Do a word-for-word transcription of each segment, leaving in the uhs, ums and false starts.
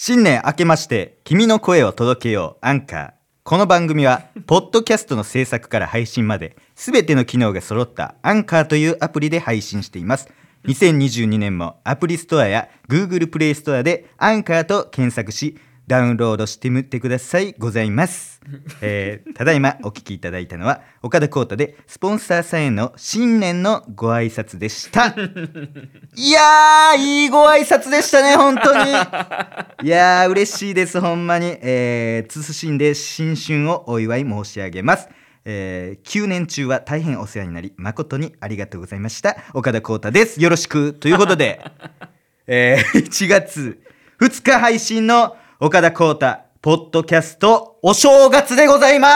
新年明けまして君の声を届けようアンカー。この番組はポッドキャストの制作から配信まで全ての機能が揃ったアンカーというアプリで配信しています。にせんにじゅうにねんもアプリストアや Google プレイストアでアンカーと検索しダウンロードしてみてください。ございます、えー、ただいまお聞きいただいたのは岡田浩太でスポンサーさんへの新年のご挨拶でしたいやーいいご挨拶でしたね本当に。いやー嬉しいですほんまに、えー、謹んで新春をお祝い申し上げます。えー、きゅうねん中は大変お世話になり誠にありがとうございました。岡田浩太です。よろしくということで、えー、いちがつふつか配信の岡田浩太ポッドキャストお正月でございます。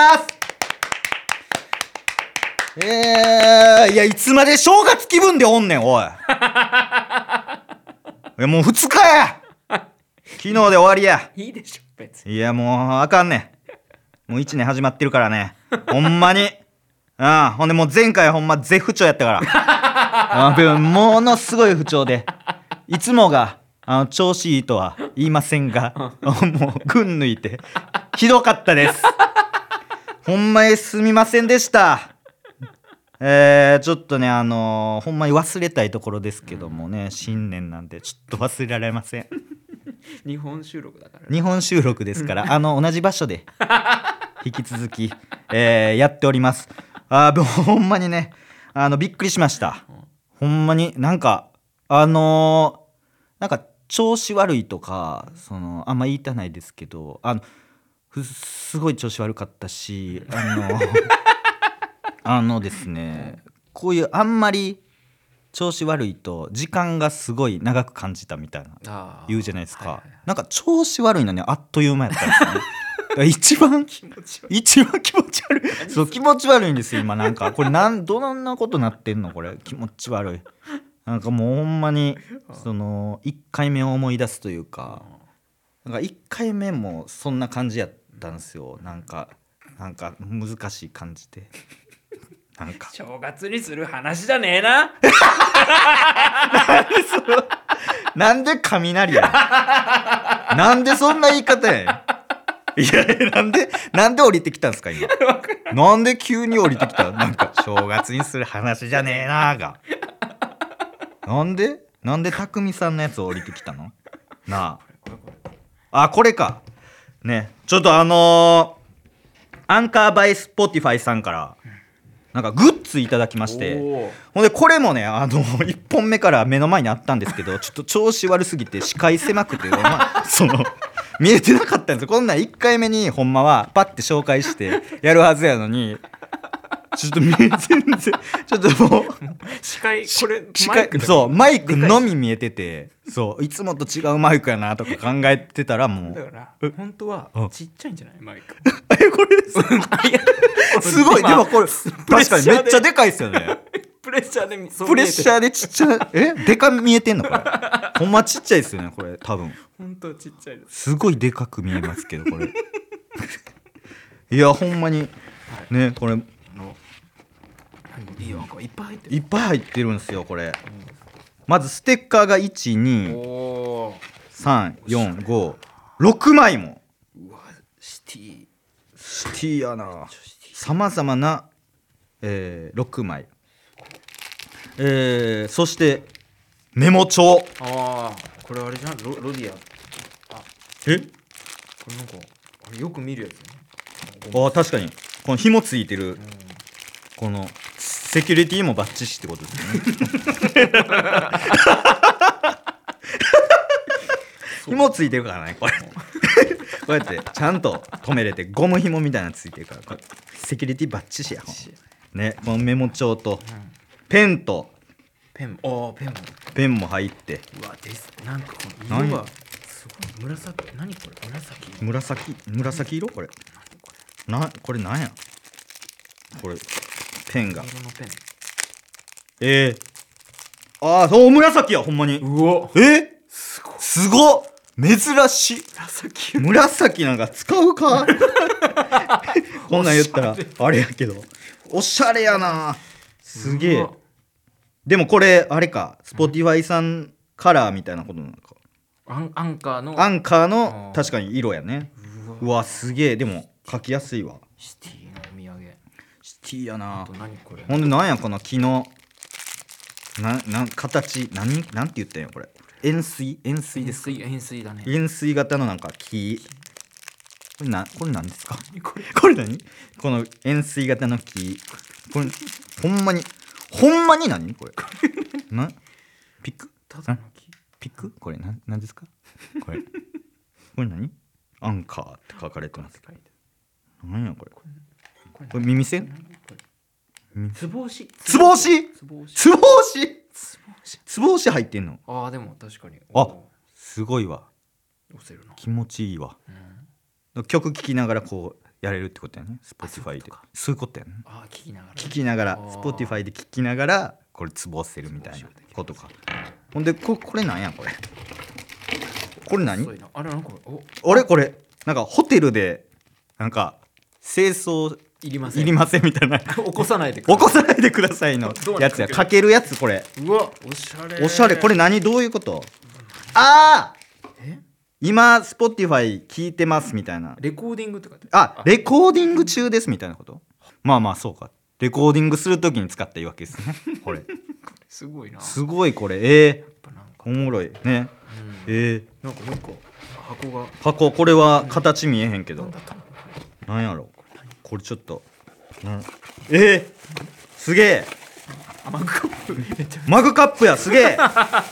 えー、いやいつまで正月気分でおんねんおい。いやもうふつかや昨日で終わりや。 いいでしょ別に。いやもうあかんねん。もういちねん始まってるからねほんまに。ああほんでもう前回ほんま絶不調やったからあものすごい不調でいつもがあの調子いいとは言いませんがもう群抜いてひどかったですほんまにすみませんでした。えー、ちょっとねあのー、ほんまに忘れたいところですけどもね、新年なんでちょっと忘れられません日本収録だから、 日本収録ですからあの同じ場所で引き続き、えー、やっております。あーほんまにねあのびっくりしました。ほんまになんかあのー、なんか調子悪いとかそのあんま言いたないですけどあのすごい調子悪かったしあのあのですねこういうあんまり調子悪いと時間がすごい長く感じたみたいな言うじゃないですか、はいはいはい、なんか調子悪いのにあっという間やったんですね一番気持ち悪い一番気持ち悪いそう気持ち悪いんですよ今。なんかこれなんどんなことなってんのこれ気持ち悪い。なんかもうほんまにそのいっかいめを思い出すというか、なんかいっかいめもそんな感じやったんですよ。なんかなんか難しい感じでなんか正月にする話じゃねえななんで雷やなんでそんな言い方やいやなんでなんで降りてきたんですか今なんで急に降りてきたなんか正月にする話じゃねえなーがなんでなんで匠さんのやつ降りてきたのなあ。あこれかね。ちょっとあのー、アンカーバイスポティファイさんからなんかグッズいただきまして、ほんでこれもねあのいっぽんめから目の前にあったんですけどちょっと調子悪すぎて視界狭くて、まあ、その見えてなかったんですよ。こんなんいっかいめにほんまはパッて紹介してやるはずやのにちょっと見え全然ちょっともう視界これマイクそうマイクのみ見えててそういつもと違うマイクやなとか考えてたらもうだから本当はちっちゃいんじゃないマイクえこれですすごいでもこれ確かにめっちゃでかいですよねプレッシャーでプレッシャーでちっちゃいえでか見えてんのこれほんまちっちゃいですよねこれ多分本当ちっちゃいですすごいでかく見えますけどこれいやほんまにねこれいいよいっぱい入ってるいっぱい入ってるんですよこれ、うん、まずステッカーがいちにさんよんごろくまいも。 うわシティシティやな。さまざまな、えー、ろくまい、えー、そしてメモ帳。 ああこれあれじゃん ロ, ロディアあえこれなんかあれよく見るやつね。 あ確かにこの紐ついてる、うん、このセキュリティもバッチシってことですよね紐ついてるからねこれこうやってちゃんと止めれてゴム紐みたいなのついてるからこれセキュリティバッチシやね。このメモ帳と、うん、ペンとペンあペンもペンも入ってうわですなんかこの色がすごい紫何これ紫紫紫色これなこれなんやこれペンが色のペンえー、ああそう紫やほんまにうわえすごすご珍しい紫紫なんか使うかこんなん言ったらあれやけどおしゃれやなすげえ。でもこれあれか Spotify さんカラーみたいなことなのかアンアンカーのアンカーあのー確かに色やね。 うわうわすげえ。でも書きやすいわ。 シティのお土産。 シティやあなと。何これ。 ほんでなんやこの木のななん形何なんて言ったんやこれ。円錐円錐ですか。 円錐円錐だね。 円錐型のなんか木。これなこれなんですか。 これこれ何この円錐型の木。これほんまにほんまに何これ。なピックただの木。 ピックこれなんなんですかこれ。これ何アンカーって書かれてます。何やこれ。 これこれ耳栓つぼ押し。 つぼ押しつぼ押し。 つぼ押しつぼ押し。 つぼ押し入ってんの。 ああでも確かに。 あおーすごいわ。 押せるな。 気持ちいいわ。 うん。 曲聴きながらこうやれるってことやね。 あそういう Spotify でことかそういうことやね。 ああ聞きながら。 聴きながらあー Spotify で聴きながらこれつぼ押せるみたいなことか。ほんでここれなんやこれ。これ何そういうのあれなんかおあれこれなんかホテルでなんか清掃いりません。 いりませんみたいな。 起こさないでく起こさないでくださいのどうなってるやつや。かけるやつこれ。 うわおしゃれ。 おしゃれ。これ何どういうこと。ああえ今 Spotify 聞いてますみたいな。 レコーディングって書いてあレコーディング中ですみたいなこと。まあまあそうか。レコーディングするときに使ったいいわけですねこれ。 すごいな。 すごいこれ。えやっぱなんかー、おもろいね。 うんえー、 なんかもう一個箱が箱これは形見えへんけどなんだったの。 なんやろこれちょっとなんえー、すげえあマグカップめっちゃマグカップや。すげえ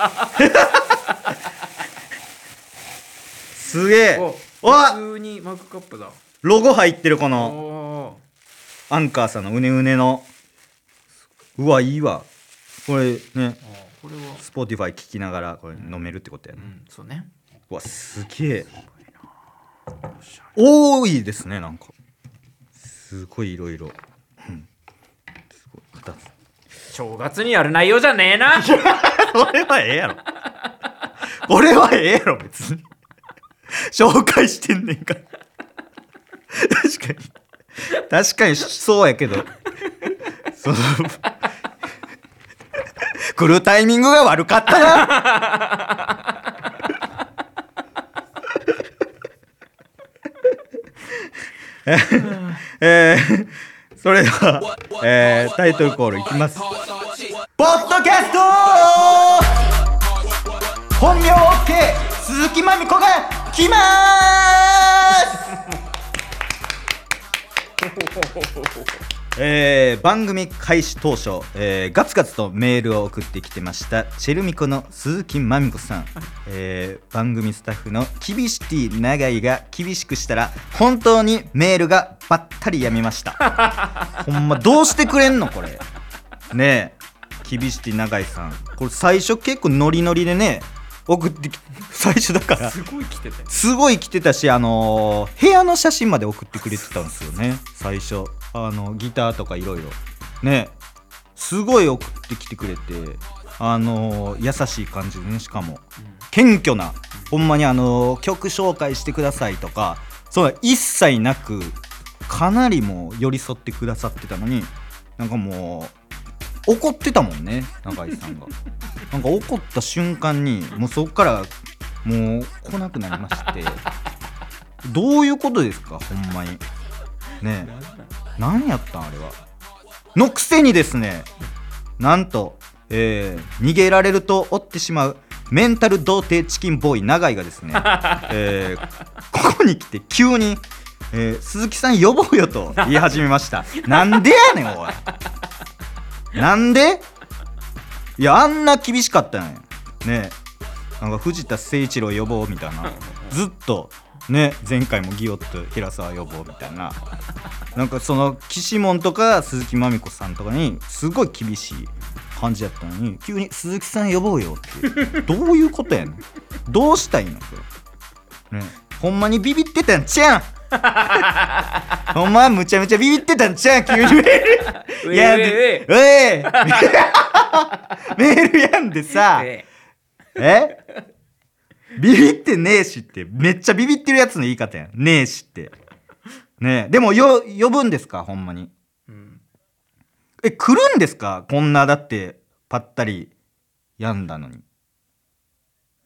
すげえおわ普通にマグカップだ。 ロゴ入ってるこあのーアンカーさんのうねうねの。うわいいわこれね。 あーこれは Spotify 聞きながらこれ飲めるってことやね。 うんそうね。 うわすげえおしゃ多いですね。なんかすごいいろいろ。うんすごい二つ。 れ正月にやる内容じゃねえな。 これはええやろこれはええやろ別に紹介してんねんから確かに確かにそうやけどその来るタイミングが悪かったなえー、それでは、えー、タイトルコールいきます。ポッドキャスト本名 OK 鈴木まみこが来まーすえー、番組開始当初、えー、ガツガツとメールを送ってきてましたチェルミコの鈴木まみこさん、えー、番組スタッフのキビシティ長井が厳しくしたら本当にメールがばったりやみましたほんまどうしてくれんのこれねえキビシティ長井さんこれ最初結構ノリノリでね送ってき最初だからすごい来てたよ。 すごい来てたし、あのー部屋の写真まで送ってくれてたんですよね最初。あのギターとかいろいろねすごい送ってきてくれて、あのー優しい感じでね、しかも謙虚な、ほんまにあのー曲紹介してくださいとかそういうの一切なく、かなりもう寄り添ってくださってたのに、なんかもう怒ってたもんね中井さんがなんか怒った瞬間にもうそっからもう来なくなりましてどういうことですかほんまにねえ何やったんあれはのくせにですね、なんと、えー逃げられると追ってしまうメンタル童貞チキンボーイ永井がですね、えーここに来て急に、えー鈴木さん呼ぼうよと言い始めましたなんでやねんおいなんでいやあんな厳しかったんやねえ、なんか藤田誠一郎呼ぼうみたいなずっとね、前回もギオッと平沢呼ぼうみたいな、なんかその岸門とか鈴木まみこさんとかにすごい厳しい感じやったのに、急に鈴木さん呼ぼうよってどういうことやねんどうしたいのそれ、ね、ほんまにビビってたんちゃうんほんまむちゃむちゃビビってたんちゃうん急にうやんえで、おいメールやんでさ、 ええビビってねえしってめっちゃビビってるやつの言い方やんねえしってねえ。でもよ呼ぶんですかほんまに。 うんえ来るんですかこんなだってぱったりやんだのに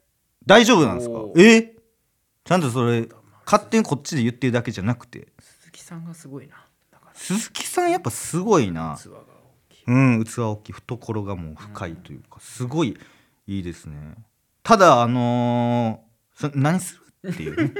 大丈夫なんですか？ おーえちゃんとそれ勝手にこっちで言ってるだけじゃなくて、 鈴木さんがすごいな。だから鈴木さんやっぱすごいな。 器が大きい。 うん、器大きい、懐がもう深いというか、すごいいいですね。ただあのー、そ何するっていうね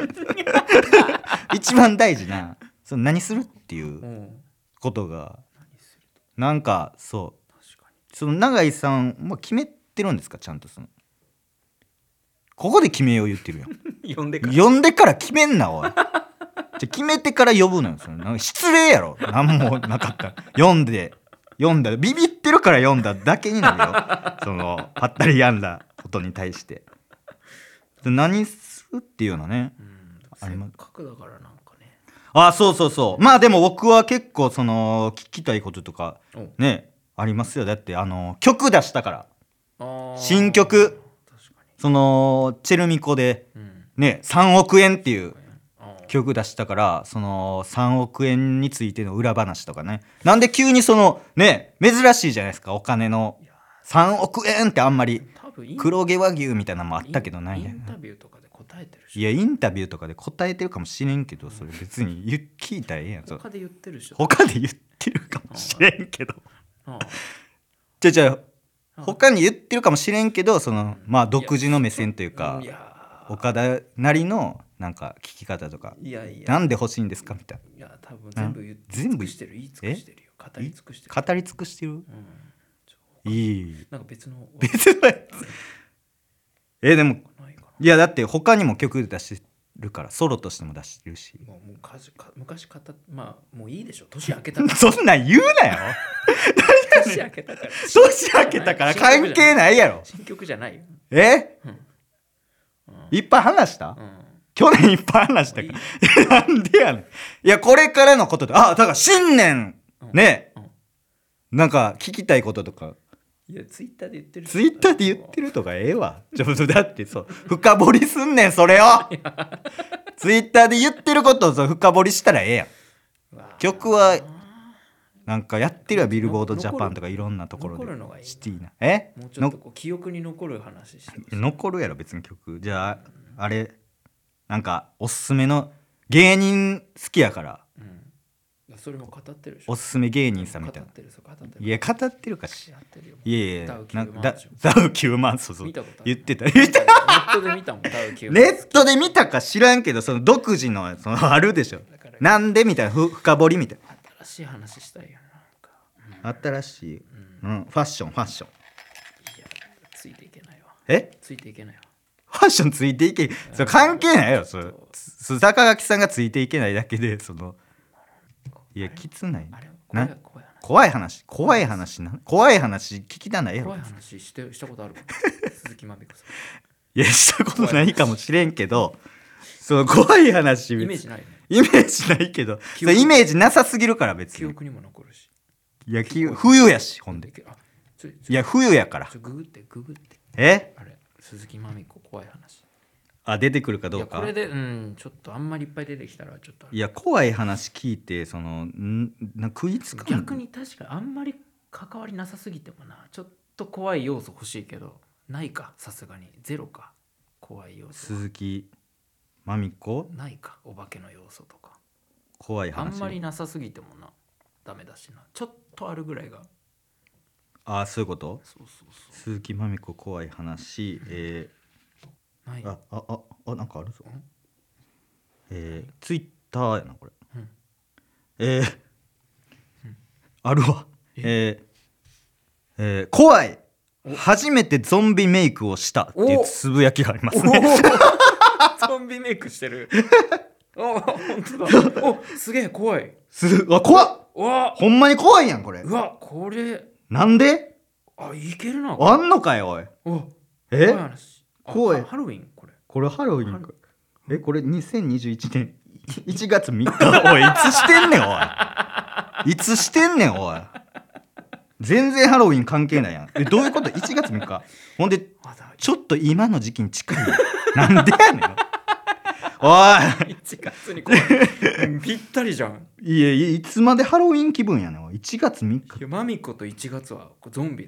一番大事なその何するっていううんことが何するとなんかそう確かその永井さんも決めてるんですか？ちゃんとそのここで決めよう言ってるやんに呼んでから呼んでから決めんなおいじゃ決めてから呼ぶのよ。そのなんか失礼やろ。何もなかったら読んで読んだビビってるから読んだだけになるよそのぱったりやんだことに対して何するっていうのね。 うんありますせっかくだからなんかね。 あそうそうそうまあでも僕は結構その聞きたいこととかおねありますよ。だってあの曲出したからあー新曲確かそのチェルミコでに。うんねさんおくえんっていうあー曲出したからそのさんおくえんについての裏話とかね。なんで急にそのね珍しいじゃないですか。お金のいやさんおくえんってあんまり多分イン黒毛和牛みたいなのもあったけどないインやインタビューとかで答えてるし。 いやインタビューとかで答えてるかもしれんけどそれ別に言聞いたらええやん。そ他で言ってるし。 他で言ってるかもしれんけどあじゃあじゃああ他に言ってるかもしれんけどそのまあ独自の目線というかいや岡田なりのなんか聞き方とかいやいやなんで欲しいんですかみたいいや多分全部言って全部尽くしてる言い尽くしてるよ。語り尽くしてる。 な語り尽くしてるうんいいなんか別の別のやつえでもないかいやだって他にも曲出してるからソロとしても出してるしな。もうもうかじか昔語っまあもういいでしょ。年明けたから。 そんなん言うなよ年明けたから。 年明けたから関係ないやろ。 新曲じゃないよ。 えうんいっぱい話したうん去年いっぱい話したかいいらなんでやねん。いやこれからのことであだから新年ねうんなんか聞きたいこととかいやツイッターで言ってるし。 ツイッターで言ってるとかええわちょっとだってそう深掘りすんねんそれをツイッターで言ってることをそう深掘りしたらええやん。 うわー曲はなんかやってるわビルボードジャパンとかいろんなところで残るのがいいなシティなえもうちょっとこう記憶に残る話してほしい。 残るやろ別に曲じゃああれなんかおすすめの芸人好きやからうん、それも語ってるでしょ。 おすすめ芸人さんみたいな語ってるそう語ってる。 いや語ってるかしやってるよ。 いやいやダウキューマンなんかだでしょダウきゅうまんそうそう見たことある言ってた言ってたネットで見たもんダウキューマンネットで見たか知らんけどその独自のそのあるでしょだからなんでみたいなふ深掘りみたい新しい話したいよな。なんか、うんな新しい、 ううん、ファッションファッションいやついていけないわ。 えついていけないわ。 ファッションついていけそれ関係ないよそれつ坂垣さんがついていけないだけでそのいやきつないあれな怖い話。 怖い話怖い話な怖い話聞きたないやろ怖い話してしたことあるか鈴木まみこさいやしたことないかもしれんけどその怖い話ん。イメージないよね。 イメージないけどそれイメージなさすぎるから別に記憶にも残るし。 いやき冬やしほんであちょちょいや冬やからちょググってググってえあれ鈴木まみこ怖い話。 あ出てくるかどかいうやこれでうんちょっとあんまりいっぱい出てきたらちょっとあれいや怖い話聞いてそのんな食いつかん逆に確かにあんまり関わりなさすぎてもなちょっと怖い要素欲しいけどないかさすがにゼロか怖い要素鈴木まみこないかお化けの要素とか怖い話あんまりなさすぎてもなダメだしなちょっとあるぐらいがあそういうことそうそうそ鈴木まみこ怖い話えうないー、ああああなんかあるぞうんえー、ツイッターやなこれうんえー、あるわえーえー、怖い初めてゾンビメイクをしたっていうつぶやきがありますねゾンビメイクしてるあ本当だおすげえ怖いすわ怖っうわほんまに怖いやんこれうわこれなんであいけるなあんのかよおいおえ怖い話あ怖いハハロウィンこれこれハロウィンハかえこれにせんにじゅういちねんいちがつみっかおいいつしてんねんおいいつしてんねんおい全然ハロウィン関係ないやんえどういうこといちがつみっかほんでまだちょっと今の時期に近いよなんでやねんおいちがつにこれぴったりじゃんいいやいやいつまでハロウィン気分やねんおいいちがつみっかいやマミコといちがつはゾンビだよ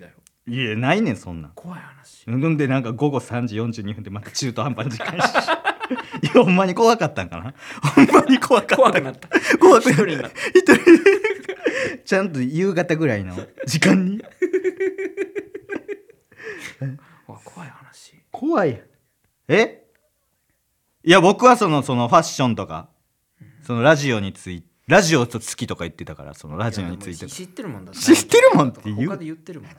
いやないねんそんなん。 怖い話。 んでなんか午後さんじよんじゅうにふんでまた中途半端な時間にしいやほんまに怖かったんかな。ほんまに怖かった。 怖くなった。 怖くなった。 一人になった。 一人ちゃんと夕方ぐらいの時間にわ怖い話。 怖い。えいや僕はそのそのファッションとか、うん、そのラジオについてラジオと好きとか言ってたから、そのラジオについて知ってるもんだ。 知ってるもんって言う。 他で言ってるもん。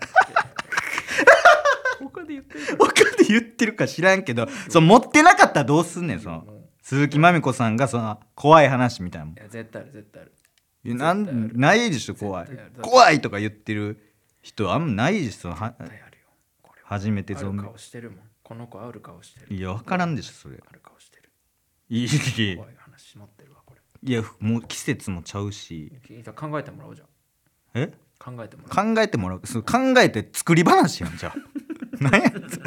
他で言ってる。 他で言ってるか知らんけど、その持ってなかったらどうすんねん。その鈴木まみこさんがその怖い話みたいなもん。いや絶対ある絶対ある。 いやなんないでしょ怖い怖いとか言ってる人あんまないでしょ。は初めてゾンビ。 顔してるもん。この子ある顔してる。 いや分からんでしょそれ。 ある顔してる。 いい怖い話持ってるわこれ。 いやもう季節もちゃうし。 考えてもらおうじゃん。 え考えてもらう。 考えてもらう。そ考えて作り話やんじゃあ。何やそれ。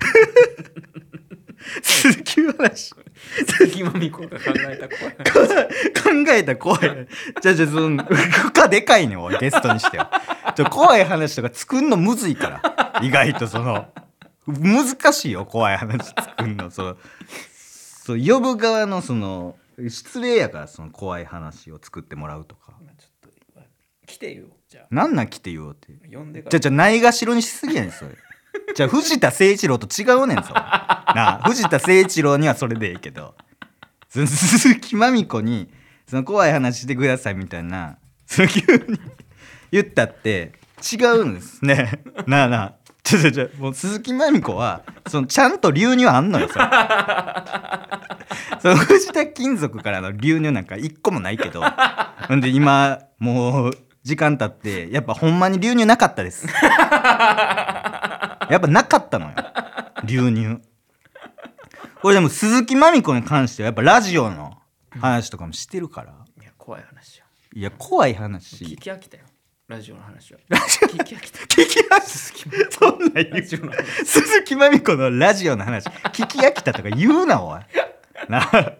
鈴木話。 鈴木まみこが考えた怖い話。考えた怖い。じゃあじゃあその負荷でかいねんおいゲストにしては。ちょ怖い話とか作んのむずいから。意外とその難しいよ怖い話作んの。そのそう呼ぶ側のその失礼やからその怖い話を作ってもらうとか。 ちょっと来てよじゃあ。 なんなん来てよって。 呼んでから。 じゃあじゃあないがしろにしすぎやねんそれ。じゃあ藤田誠一郎と違うねんそれ。なあ藤田誠一郎にはそれでいいけど、鈴木まみこにその怖い話してくださいみたいなその急に言ったって違うんですね。なあなあちょちょちょもう鈴木まみこはそのちゃんと流入あんのよそれ。その藤田金属からの流入なんか一個もないけど、ほんで今もう時間経ってやっぱほんまに流入なかったです。やっぱなかったのよ流入。これでも鈴木まみこに関してはやっぱラジオの話とかもしてるから、 いや怖い話よ。 いや怖い話。 聞き飽きたよラジオの話は。 ラジオ聞き飽きた。 聞き飽きた。そんな言う。鈴木まみこのラジオの話聞き飽きたとか言うなおい。なあ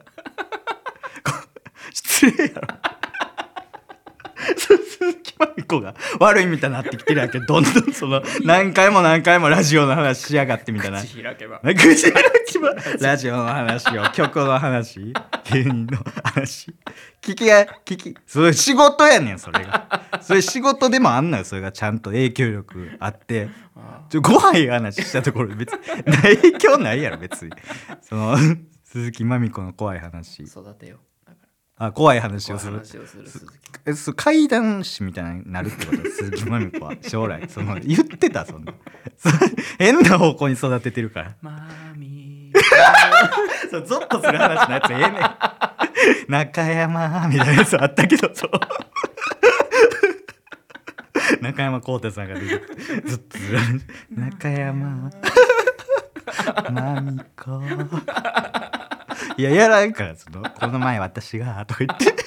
失礼やろ。鈴木まみこが悪いみたいになってきてるやんけどんどんその何回も何回もラジオの話しやがってみたいな。 口開けば口開けばラジオの話を曲の話芸人の話聞きが聞きそれ仕事やねんそれが。それ仕事でもあんのよそれがちゃんと影響力あってちょ怖い話したところ別に影響ないやろ別に。その鈴木まみこの怖い話育てよだから。 あ怖い話をする。 話をする鈴木。 えそう怪談師みたいになるってこと鈴木まみこは将来その言ってたそんな変な方向に育ててるから。 マミそうゾッとする話のやつええねん。中山みたいなやつあったけどそう中山浩太さんが出てずっとする中山まみこいややらんからそのこの前私がとか言って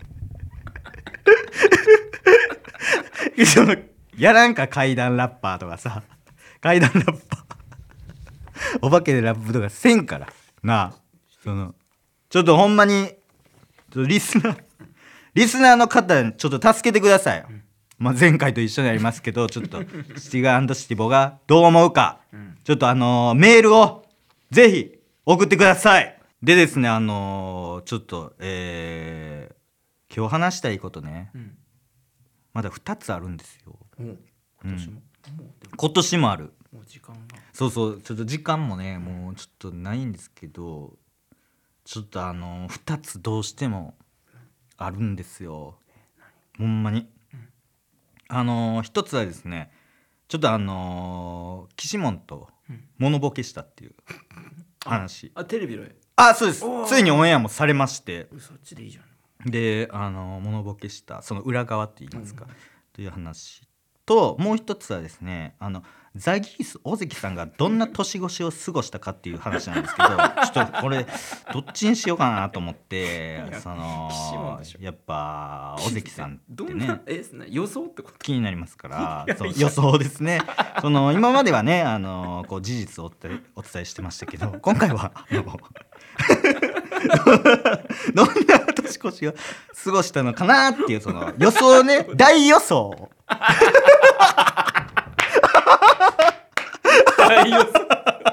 そのやらんか怪談ラッパーとかさ怪談ラッパーお化けでラップとかせんからなあ。そのちょっとほんまにリスナーリスナーの方ちょっと助けてくださいよ、うんまあ、前回と一緒になりますけどちょっとシティガー&シティボがどう思うか、うん、ちょっとあのー、メールをぜひ送ってください。でですねあのー、ちょっとえー、今日話したいことね、うん、まだふたつあるんですよ。 今年も、 うん、今年もある。 もう時間がそうそうちょっと時間もねもうちょっとないんですけどちょっとあのー、ふたつどうしてもあるんですよほんまに、うん、あのー、ひとつはですねちょっとあのー、岸本とモノボケしたっていう話、 うん、あ, あテレビであそうですついにオンエアもされましてそっちでいいじゃんであのー、モノボケしたその裏側って言いますか、うん、という話ともう一つはですねあのザギース尾関さんがどんな年越しを過ごしたかっていう話なんですけどちょっとこれどっちにしようかなと思ってそのやっぱ尾関さんってねえ予想ってこと気になりますからそう予想ですねその今まではねあのこう事実をお伝えしてましたけど今回はあのどんな年越しを過ごしたのかなっていうその予想ね大予想大予想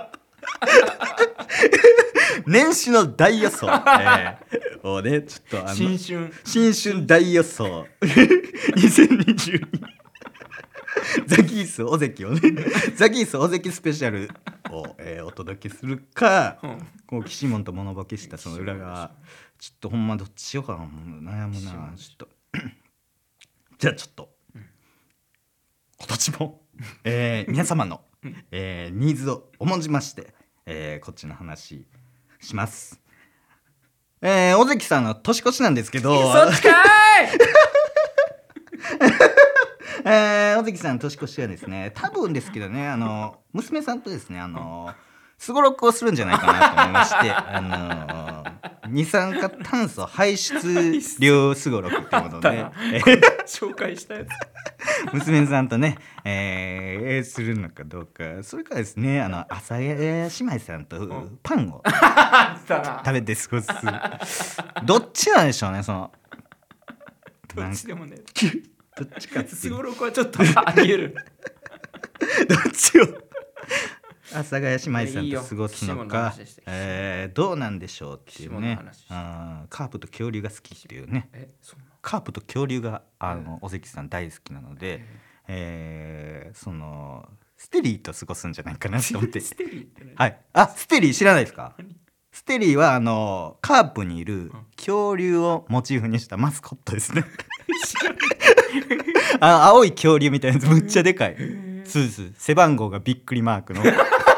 年始の大予想、えー、をねちょっとあの新春新春大予想にせんにじゅうにザギース尾関をねザギース尾関スペシャルを、えー、お届けするか、うん、こう岸本モノボケしたその裏側ちょっとほんまどっちしようかな悩むなちょっとじゃあちょっと、うん、今年も、えー、皆様の、えー、ニーズを重んじまして、えー、こっちの話します。えー、尾関さんの年越しなんですけどそっちかーいえー、尾関さんの年越しはですね多分ですけどねあの娘さんとですねあのすごろくをするんじゃないかなと思いましてあの二酸化炭素排出量すごろくっていうものをね紹介したやつ娘さんとね、えー、するのかどうかそれからですねあの阿佐ヶ谷姉妹さんとパンを食べて過ごすどっちなんでしょうねそのどっちでもねどっちかってすごろくはちょっとありえるどっちを阿佐ヶ谷姉妹さんと過ごすのかいい、えー、どうなんでしょうっていうねあカープと恐竜が好きっていうねえそんなカープと恐竜があの尾関さん大好きなので、えー、そのステリーと過ごすんじゃないかなと思ってステリーってねはいあステリー知らないですかステリーはあのカープにいる恐竜をモチーフにしたマスコットですねあ青い恐竜みたいなやつむっちゃでかいそうです背番号がびっくりマークの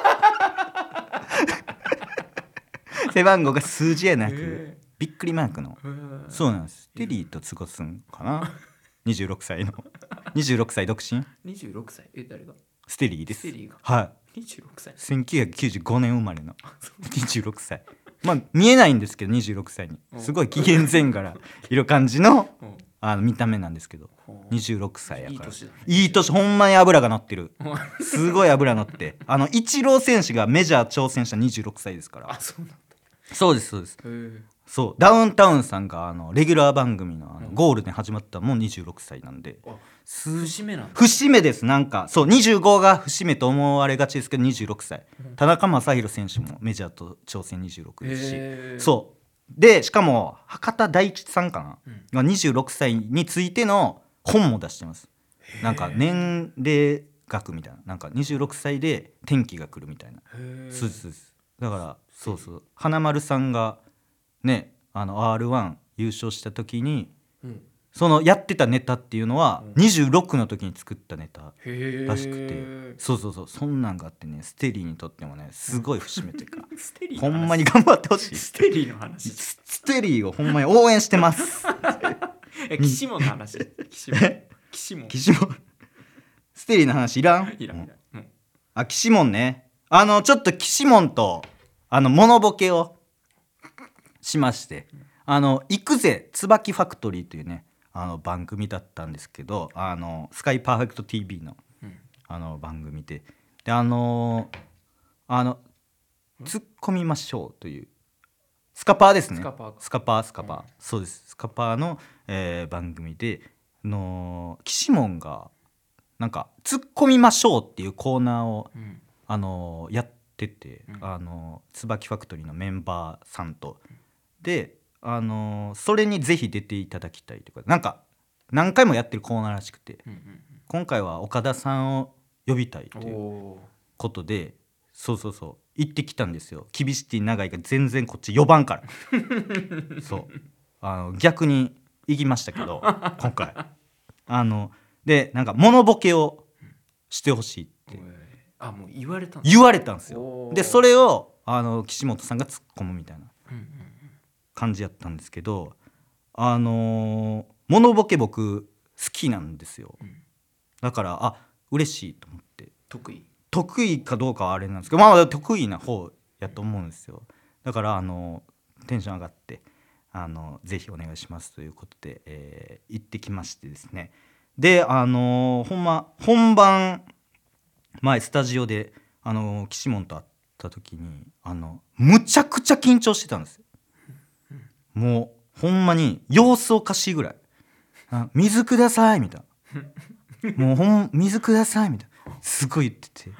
背番号が数字やなくびっくりマークのそうなんですステリーと過ごすんかなにじゅうろくさいのにじゅうろくさい独身にじゅうろくさいえ誰がステリーですステリーがはいにじゅうろくさいせんきゅうひゃくきゅうじゅうごねん生まれのにじゅうろくさいまあ見えないんですけどにじゅうろくさいにすごい紀元前からいる感じのあの見た目なんですけどにじゅうろくさいやからいい年だねいい年ほんまに脂が乗ってるすごい脂乗ってあのイチロー選手がメジャー挑戦したにじゅうろくさいですからあそうなんだそうですそうですそうダウンタウンさんがあのレギュラー番組 の, あの、うん、ゴールデン始まったのもにじゅうろくさいなんで節目なんだ節目ですなんかそうにじゅうごが節目と思われがちですけどにじゅうろくさい、うん、田中将大選手もメジャーと挑戦にじゅうろくですしそうでしかも博多大吉さんかな、うん、がにじゅうろくさいについての本も出してますなんか年齢学みたいななんかにじゅうろくさいで転機が来るみたいなそうですそうですだからそうそう花丸さんがねあの アールワン 優勝した時に、うん、そのやってたネタっていうのは、うん、にじゅうろくの時に作ったネタらしくてそうそうそうそんなんがあってねステリーにとってもねすごい節目というかステリーほんまに頑張ってほしいステリーの話ス, ステリーをほんまに応援してますえ岸本の話岸本岸本岸本ステリーの話いらんいらんいらん、うん、 あ岸本ねあのちょっと岸本とあのモノボケをしましてあの行くぜ椿ファクトリーというねあの番組だったんですけどあのスカイパーフェクト ティーブイ の、うん、あの番組でであのあの突っ込みましょうというスカパーですねスカパースカパースカパー、うん、そうですスカパーの、えー、番組での岸門がなんか突っ込みましょうっていうコーナーを、うん、あのやってて、うん、あの椿ファクトリーのメンバーさんと、うん、であのそれにぜひ出ていただきたいとかなんか何回もやってるコーナーらしくて、うんうんうん、今回は岡田さんを呼びたいということでそうそうそう行ってきたんですよキビシティ長いが全然こっちよばんからそうあの逆に行きましたけど今回あのでなんかモノボケをしてほしいってあもう言われたん言われたんですよでそれをあの岸本さんが突っ込むみたいな感じやったんですけどあのー、モノボケ僕好きなんですよ、うん、だからあ嬉しいと思って得意得意かどうかはあれなんですけどまあ得意な方やと思うんですよだからあのテンション上がってあのぜひお願いしますということで、えー、行ってきましてですねであのー、ほんま本番前スタジオであのー、岸本と会った時にあのむちゃくちゃ緊張してたんですよもうほんまに様子おかしいぐらい水くださいみたいなもうほん水くださいみたいなすごい言ってて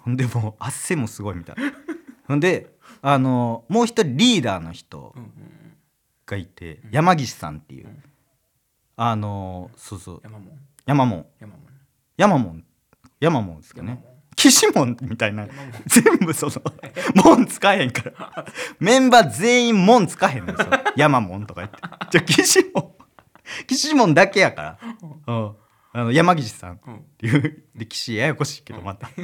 ほんでもう汗もすごいみたいなほんであのもう一人リーダーの人うんうんがいて、 うん山岸さんっていう、 うんあのそうそう山門山門山門山門山門ですかね山門岸門みたいな山門全部その門使えへんからメンバー全員門使えへんのよその山門とか言ってじゃあ岸門岸門だけやから、うん、あの山岸さんっうんていうで岸ややこしいけどまた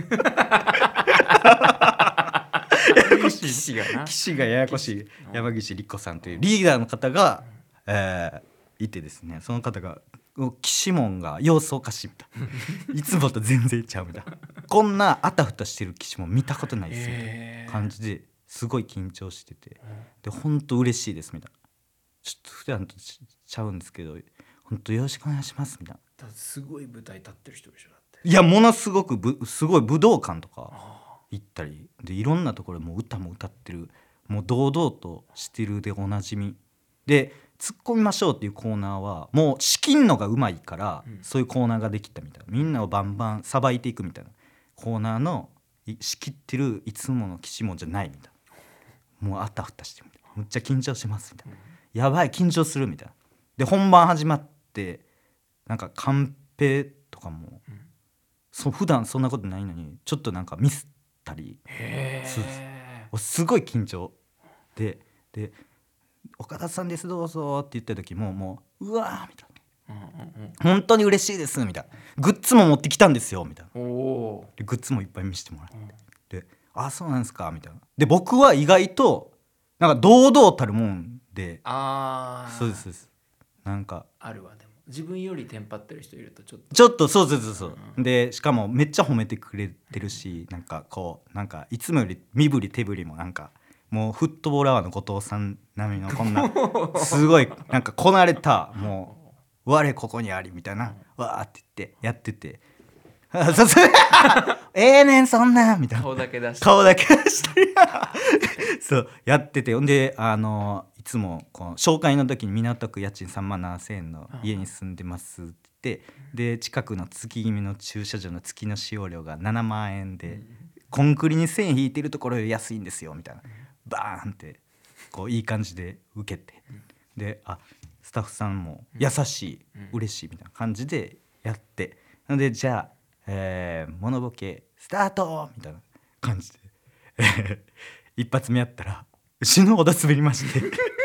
岸がな岸がややこしいうん山岸理子さんというリーダーの方が、えーいてですねその方が岸門が様子おかしいみたいないつもと全然ちゃうみたいなこんなあたふたしてる岸門見たことないですみたいえな感じですごい緊張しててで本当嬉しいですみたいなちょっと普段とちゃうんですけど本当よろしくお願いしますみたいなだすごい舞台立ってる人でしょだっていやものすごくぶすごい武道館とかあ行ったりでいろんなところでもう歌も歌ってるもう堂々としてるでおなじみで突っ込みましょうっていうコーナーはもう仕切んのがうまいから、 うんそういうコーナーができたみたいなみんなをバンバンさばいていくみたいなコーナーのい仕切ってるいつもの岸本じゃないみたいなもうあたふたしてるみたいなむっちゃ緊張しますみたいなやばい緊張するみたいなで本番始まってなんかカンペとかも、 うんそう普段そんなことないのにちょっとなんかミスったりへそうですえすごい緊張でで岡田さんですどうぞって言った時ももううわーみたいなうんうんうん本当に嬉しいですみたいなグッズも持ってきたんですよみたいなおおでグッズもいっぱい見せてもらって、 うんであそうなんですかみたいなで僕は意外となんか堂々たるもんでああそうですそうですなんかあるわでも自分よりテンパってる人いるとちょっとちょっとそうそうそうそう、 うんでしかもめっちゃ褒めてくれてるしなんかこうなんかいつもより身振り手振りもなんかもうフットボールアワーの後藤さん並みのこんなすごいなんかこなれたもう我ここにありみたいなわーって言ってやっててそうそうええねんそんなみたいな顔だけ出して顔だけ出してそうやっててほんであのいつもこの紹介の時に港区家賃さんまんななせんえんの家に住んでますって言ってで近くの月決めの駐車場の月の使用料がななまんえんでコンクリに線引いてるところより安いんですよみたいなバーンってこういい感じで受けてであスタッフさんも優しい嬉しいみたいな感じでやってなのでじゃあえー、モノボケスタートみたいな感じで、えー、一発目やったら死ぬほど滑りまして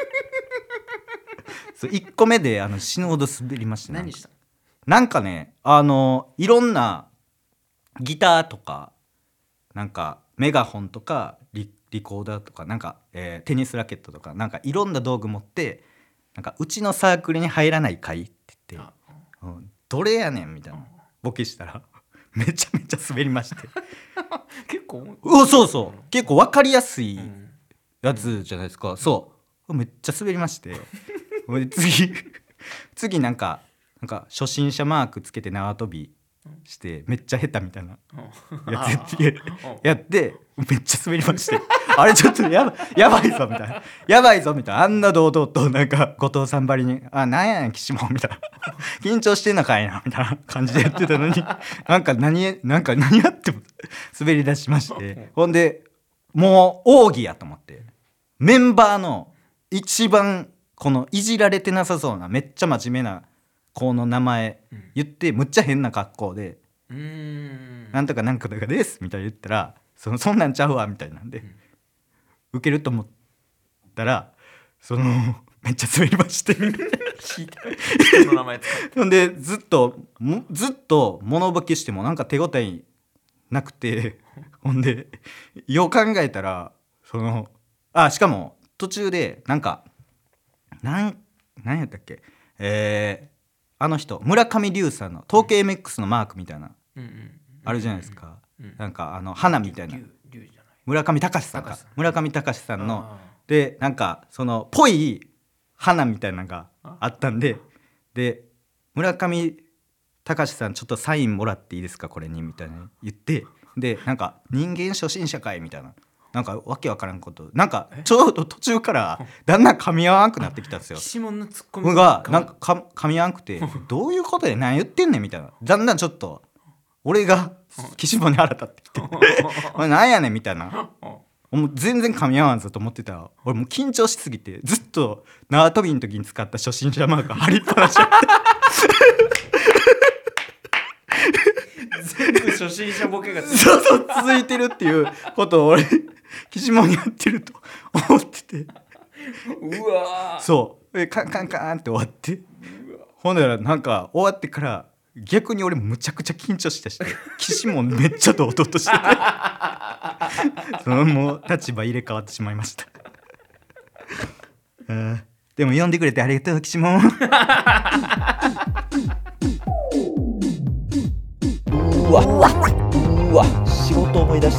そういっこめであの死ぬほど滑りまして何したなんかねあのいろんなギターとかなんかメガホンとか リ, リコーダーとかなんか、えー、テニスラケットとかなんかいろんな道具持ってなんかうちのサークルに入らない会って言って、うん、どれやねんみたいなボケしたらめちゃめちゃ滑りまして結構うそうそう結構分かりやすいやつじゃないですか、うん、そうめっちゃ滑りまして次次なんかなんか初心者マークつけて縄跳びしてめっちゃ下手みたいなやつやってやってめっちゃ滑りましてあれちょっとやばやばいぞみたいなやばいぞみたいなあんな堂々となんか後藤さんばりにあなんやねん岸本みたいな緊張してんのかいなみたいな感じでやってたのになんか何なんか何やっても滑り出しましてほんでもう奥義やと思ってメンバーの一番このいじられてなさそうなめっちゃ真面目な子の名前言ってむっちゃ変な格好でうーんなんとかなんとかですみたいな言ったらそのそんなんちゃうわみたいなんで、うん、受けると思ったらそのめっちゃ滑りましてその名前使ってほんでずっとずっと物ボケしてもなんか手応えなくてほんでよう考えたらそのあしかも途中でなんかなんなんやったっけえーあの人村上龍さんの東京 エムエックス のマークみたいな、うんうん、あるじゃないですか、うんうん、なんかあの花みたいな村上隆さんか村上隆さんのでなんかそのぽい花みたいなのがあったんでで村上隆さんちょっとサインもらっていいですかこれにみたいな言ってでなんか人間初心者会みたいななんかわけわからんことなんかちょうど途中からだんだん噛み合わんくなってきたんですよ。 岸本のツッコミがなんか噛み合わんくてどういうことで何言ってんねんみたいなだんだんちょっと俺が岸本に腹立ってきてお前なんやねんみたいな、もう全然噛み合わんぞと思ってたら、俺もう緊張しすぎてずっと縄跳びの時に使った初心者マーク貼りっぱなしやって全部初心者ボケがそうそう続いてるっていうことを俺岸本にやってると思ってて、 うわそうでカンカンカンって終わって、ほんならなんか終わってから逆に俺むちゃくちゃ緊張したし岸本めっちゃと弟しててそのもう立場入れ替わってしまいましたあでも呼んでくれてありがとう岸本うわうわうわ仕事思い出した。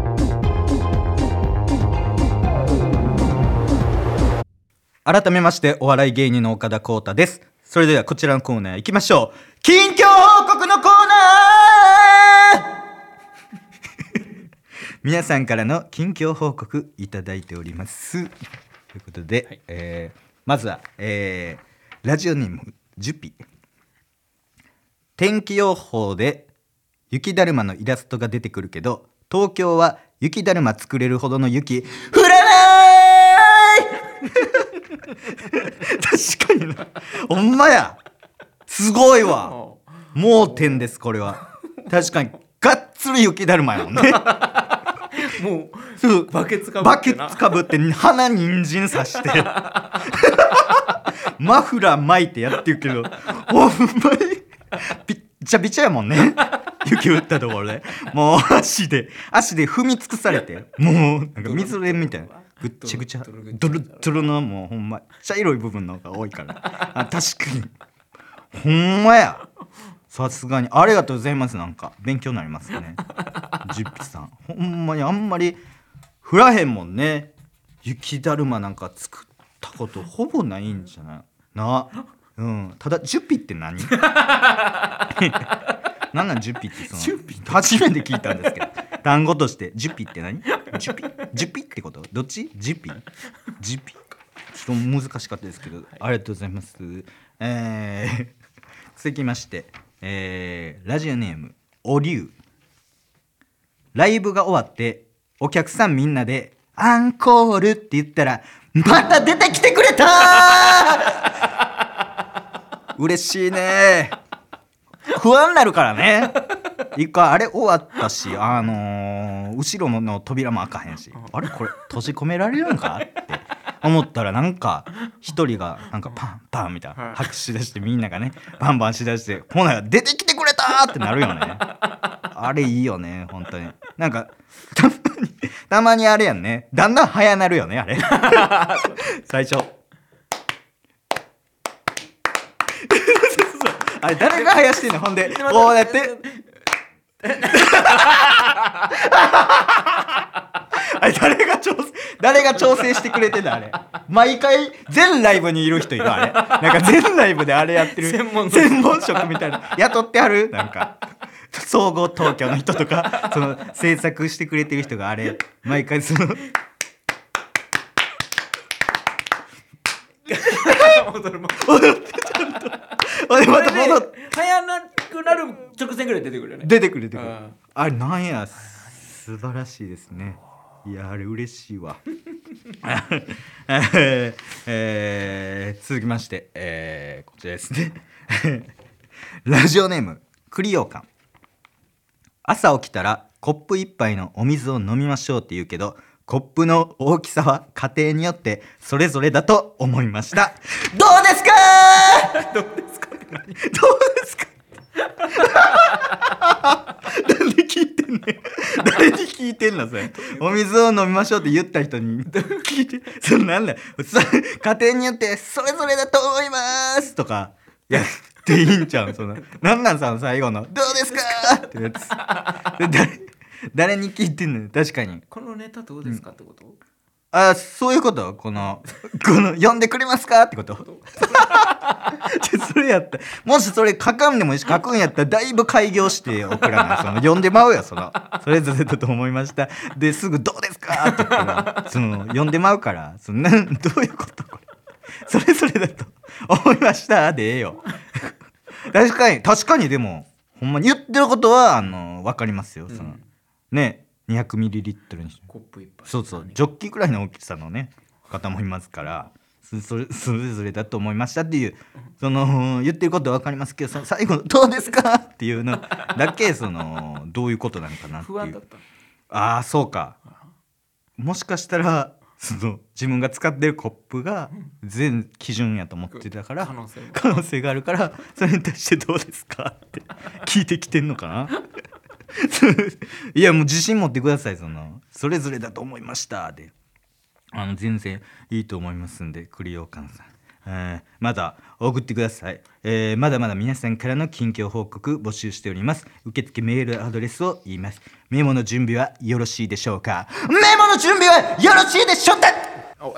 改めましてお笑い芸人の岡田浩太です。それではこちらのコーナー行きましょう。近況報告のコーナー皆さんからの近況報告いただいておりますということで、はいえー、まずは、えー、ラジオネームジュピ。天気予報で雪だるまのイラストが出てくるけど、東京は雪だるま作れるほどの雪降らない確かにな、ほんまや、すごいわ、盲点ですこれは。確かにがっつり雪だるまやもんねもうバケツかぶってな、 バケツかぶって鼻人参刺してマフラー巻いてやってるけどほんまにびっちゃびちゃやもんね雪降ったところでもう足で足で踏み尽くされて、もうなんか水れんみたいなぐっちゃぐちゃドルッドルのもうほんま茶色い部分の方が多いからあ確かにほんまや、さすがにありがとうございます。なんか勉強になりますねジュッピさん、ほんまにあんまり降らへんもんね。雪だるまなんか作ったことほぼないんじゃないな。うん、ただジュッピって何なんなんジュッピってそのジュッピって初めて聞いたんですけど単語としてジュッピって何ジュッピジュッピってことどっちジュッピジュッピちょっと難しかったですけど、はい、ありがとうございます。えー、続きまして、えー、ラジオネームおりゅう。ライブが終わってお客さんみんなでアンコールって言ったらまた出てきてくれた嬉しいね。不安になるからね。一回あれ終わったし、あのー、後ろの扉も開かへんし、あれこれ閉じ込められるんかって思ったら、なんか一人がなんかパンパンみたいな拍手しだして、みんながねバンバンしだして、ほな出てきてくれたってなるよね。あれいいよね本当に。なんかたまにたまにあれやんね、だんだん早なるよねあれ最初あれ誰が生やしてんの、ほんでこうやってあれ誰が調整誰が調整してくれてんのあれ。毎回全ライブにいる人いるあれ。なんか全ライブであれやってる専門専門職みたいな雇ってある、なんか総合東京の人とかその制作してくれてる人があれ毎回その戻る戻ってちゃんと俺また戻って早なくなる直前ぐらい出てくるよね。 出てくる出てくる。あれなんや素晴らしいですね。いやあれ嬉しいわえーえー、続きまして、えー、こちらですねラジオネームクリオカン。朝起きたらコップ一杯のお水を飲みましょうって言うけど、コップの大きさは家庭によってそれぞれだと思いました。どうですかどうですかどうですかなんで聞いてんねん誰に聞いてんのそれ。お水を飲みましょうって言った人に聞いて、それなんだよ家庭によってそれぞれだと思いますとかやっていいんちゃう。そのなんなんさ最後のどうですかってやつ誰, 誰に聞いてんのよ。確かにこのネタどうですかってこと、うん、 あそういうこと。このこの呼んでくれますかってことそれやったもしそれ書かんでもいいし、書くんやったらだいぶ開業して送らない。その呼んでまうよ。そのそれぞれだと思いましたですぐどうですかって言ったらその呼んでまうから、そのなどういうことこれそれぞれだと思いましたでええよ確かに確かに。でもほんまに言ってることはあの分かりますよ、そのうんね にひゃくミリリットル にコップ一杯そうそうジョッキぐらいの大きさのね方もいますからそそれそれぞれだと思いましたっていうその言ってることは分かりますけどその最後のどうですかっていうのだけそのどういうことなのかなっていう不安だったの。 ああそうかもしかしたらその自分が使ってるコップが全基準やと思ってたから可能性も可能性があるからそれに対してどうですかって聞いてきてんのかないやもう自信持ってくださいそのそれぞれだと思いましたであの全然いいと思いますんでクリオカンさん、えーまだ送ってください、えーまだまだ皆さんからの近況報告募集しております。受付メールアドレスを言います。メモの準備はよろしいでしょうか。メモの準備はよろしいでしょうか。 お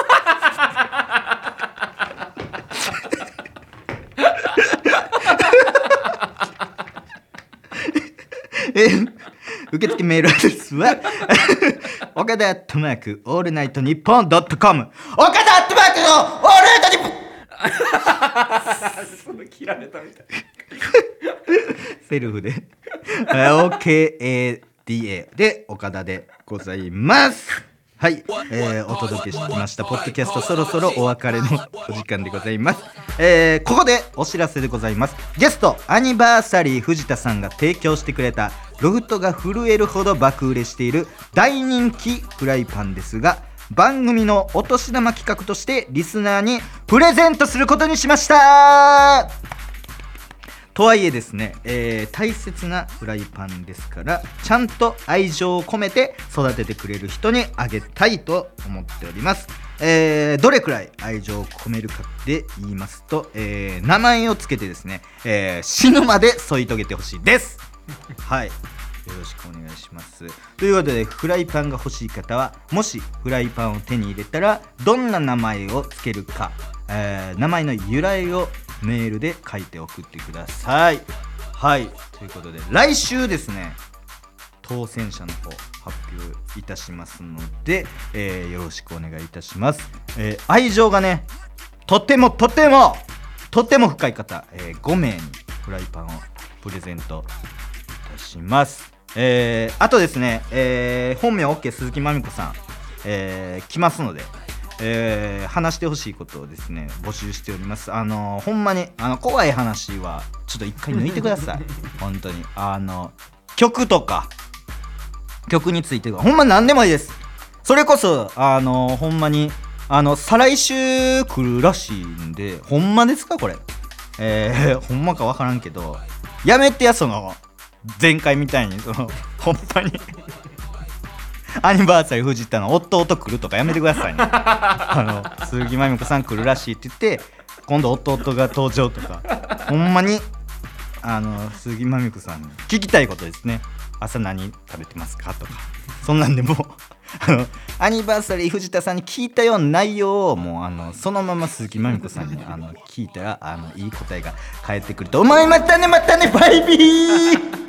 えー受付メールアドレスは岡田アットマークオールナイトニッポンドットコム岡田アットマークのオールナイトニッポンその切られたみたい。 セルフで オーケーエーディーエー で岡田でございますはい、えー、お届けしてきましたポッドキャストそろそろお別れのお時間でございます、えー、ここでお知らせでございます。ゲストアニバーサリー藤田さんが提供してくれたロフトが震えるほど爆売れしている大人気フライパンですが番組のお年玉企画としてリスナーにプレゼントすることにしましたとはいえですね、えー、大切なフライパンですからちゃんと愛情を込めて育ててくれる人にあげたいと思っております、えー、どれくらい愛情を込めるかで言いますと、えー、名前をつけてですね、えー、死ぬまで添い遂げてほしいですはいよろしくお願いしますということでフライパンが欲しい方はもしフライパンを手に入れたらどんな名前をつけるか、えー、名前の由来をメールで書いて送ってください。はいということで来週ですね当選者の方発表いたしますので、えー、よろしくお願いいたします、えー、愛情がねとてもとてもとても深い方、えー、ごめいにフライパンをプレゼントいたします、えー、あとですね、えー、本名 OK 鈴木まみこさん、えー、来ますのでえー、話してほしいことをですね募集しております。あのー、ほんまにあの怖い話はちょっと一回抜いてください本当にあの曲とか曲についてはほんま何でもいいです。それこそあのー、ほんまにあの再来週来るらしいんでほんまですかこれ、えー、ほんまか分からんけどやめてやその前回みたいにそのほんまにアニバーサリー藤田の弟来るとかやめてくださいねあの鈴木まみこさん来るらしいって言って今度弟が登場とかほんまにあの鈴木まみこさんに聞きたいことですね。朝何食べてますかとかそんなんでもあのアニバーサリー藤田さんに聞いたような内容をもうあのそのまま鈴木まみこさんにあの聞いたらあのいい答えが返ってくると思いましたね。またねバイビー